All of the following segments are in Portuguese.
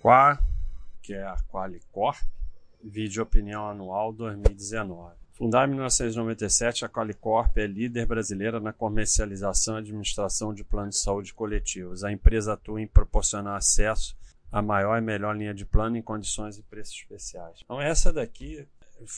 Qua, que é a Qualicorp, vídeo opinião anual 2019. Fundada em 1997, a Qualicorp é líder brasileira na comercialização e administração de planos de saúde coletivos. A empresa atua em proporcionar acesso à maior e melhor linha de plano em condições e preços especiais. Então essa daqui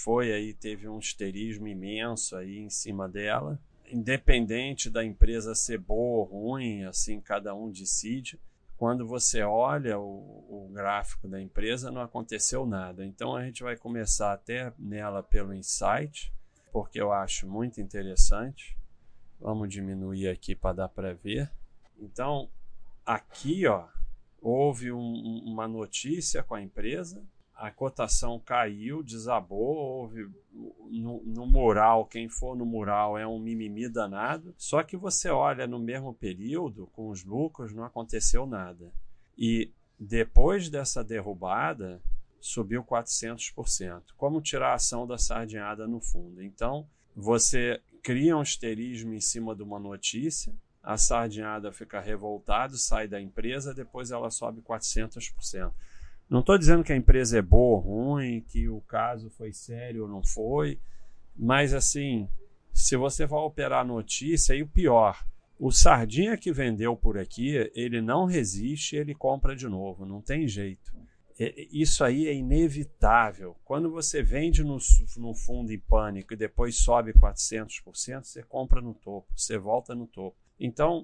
teve um histerismo imenso aí em cima dela. Independente da empresa ser boa ou ruim, assim cada um decide. Quando você olha o gráfico da empresa, não aconteceu nada. Então a gente vai começar até nela pelo insight, porque eu acho muito interessante. Vamos diminuir aqui para dar para ver. Então aqui houve uma notícia com a empresa, a cotação caiu, desabou, houve no mural, quem for no mural é um mimimi danado, só que você olha no mesmo período, com os lucros, não aconteceu nada. E depois dessa derrubada, subiu 400%. Como tirar a ação da sardinhada no fundo? Então, você cria um histerismo em cima de uma notícia, a sardinhada fica revoltada, sai da empresa, depois ela sobe 400%. Não estou dizendo que a empresa é boa ou ruim, que o caso foi sério ou não foi, mas assim, se você vai operar a notícia, e o pior, o sardinha que vendeu por aqui, ele não resiste, ele compra de novo, não tem jeito. Isso aí é inevitável. Quando você vende no fundo em pânico e depois sobe 400%, você compra no topo, você volta no topo. Então,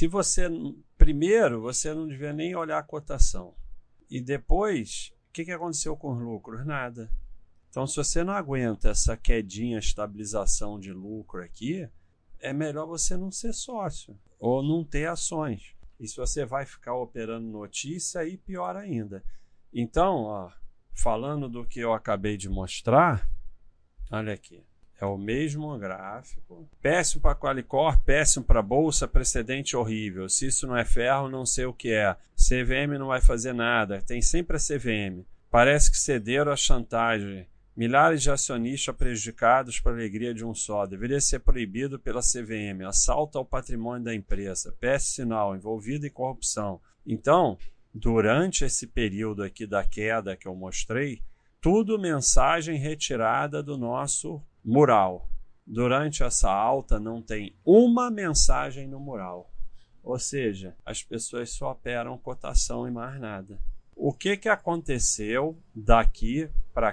primeiro, você não devia nem olhar a cotação. E depois, o que aconteceu com os lucros? Nada. Então, se você não aguenta essa quedinha, estabilização de lucro aqui, é melhor você não ser sócio ou não ter ações. E se você vai ficar operando notícia, aí pior ainda. Então, falando do que eu acabei de mostrar, olha aqui. É o mesmo gráfico. Péssimo para a Qualicorp, péssimo para a Bolsa, precedente horrível. Se isso não é ferro, não sei o que é. CVM não vai fazer nada. Tem sempre a CVM. Parece que cederam à chantagem. Milhares de acionistas prejudicados para a alegria de um só. Deveria ser proibido pela CVM. Assalto ao patrimônio da empresa. Péssimo sinal, envolvido em corrupção. Então, durante esse período aqui da queda que eu mostrei, tudo mensagem retirada do nosso mural. Durante essa alta não tem uma mensagem no mural. Ou seja, as pessoas só operam cotação e mais nada. O que aconteceu daqui para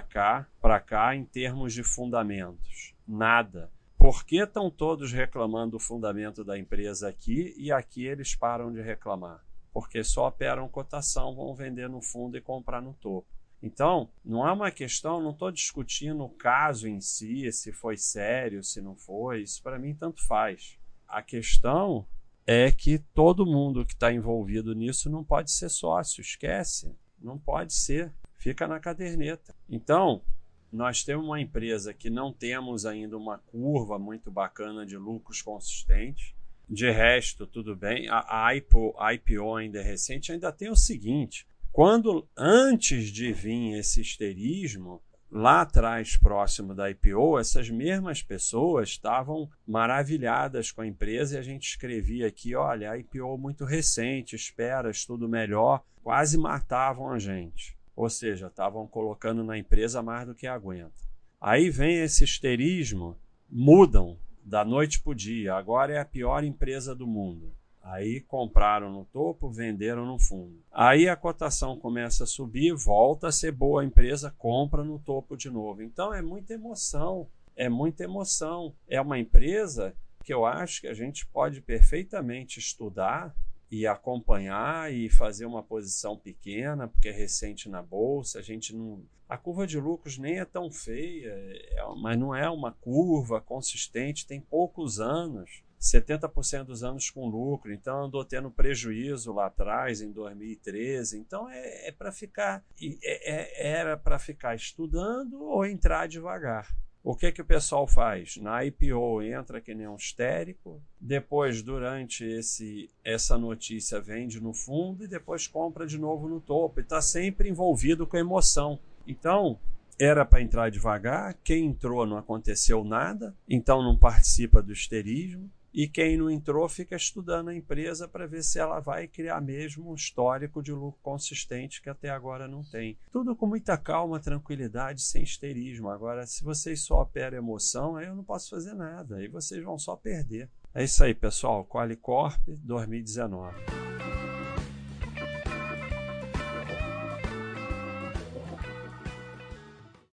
cá em termos de fundamentos? Nada. Por que estão todos reclamando do fundamento da empresa aqui e aqui eles param de reclamar? Porque só operam cotação, vão vender no fundo e comprar no topo. Então, não é uma questão, não estou discutindo o caso em si, se foi sério, se não foi, isso para mim tanto faz. A questão é que todo mundo que está envolvido nisso não pode ser sócio, esquece, não pode ser, fica na caderneta. Então, nós temos uma empresa que não temos ainda uma curva muito bacana de lucros consistentes, de resto tudo bem, a IPO ainda é recente, ainda tem o seguinte. Antes de vir esse histerismo, lá atrás, próximo da IPO, essas mesmas pessoas estavam maravilhadas com a empresa e a gente escrevia aqui, olha, a IPO muito recente, espera, estudo melhor, quase matavam a gente. Ou seja, estavam colocando na empresa mais do que aguenta. Aí vem esse histerismo, mudam da noite para o dia, agora é a pior empresa do mundo. Aí compraram no topo, venderam no fundo. Aí a cotação começa a subir, volta a ser boa a empresa, compra no topo de novo. Então é muita emoção, é muita emoção. É uma empresa que eu acho que a gente pode perfeitamente estudar e acompanhar e fazer uma posição pequena, porque é recente na bolsa, a curva de lucros nem é tão feia, mas não é uma curva consistente, tem poucos anos. 70% dos anos com lucro, então andou tendo prejuízo lá atrás, em 2013, então era para ficar estudando ou entrar devagar. O que o pessoal faz? Na IPO entra que nem um histérico, depois durante essa notícia vende no fundo e depois compra de novo no topo, e está sempre envolvido com emoção. Então, era para entrar devagar, quem entrou não aconteceu nada, então não participa do histerismo. e quem não entrou fica estudando a empresa para ver se ela vai criar mesmo um histórico de lucro consistente que até agora não tem. Tudo com muita calma, tranquilidade, sem histerismo. Agora, se vocês só operam emoção, aí eu não posso fazer nada, aí vocês vão só perder. É isso aí, pessoal. Qualicorp 2019.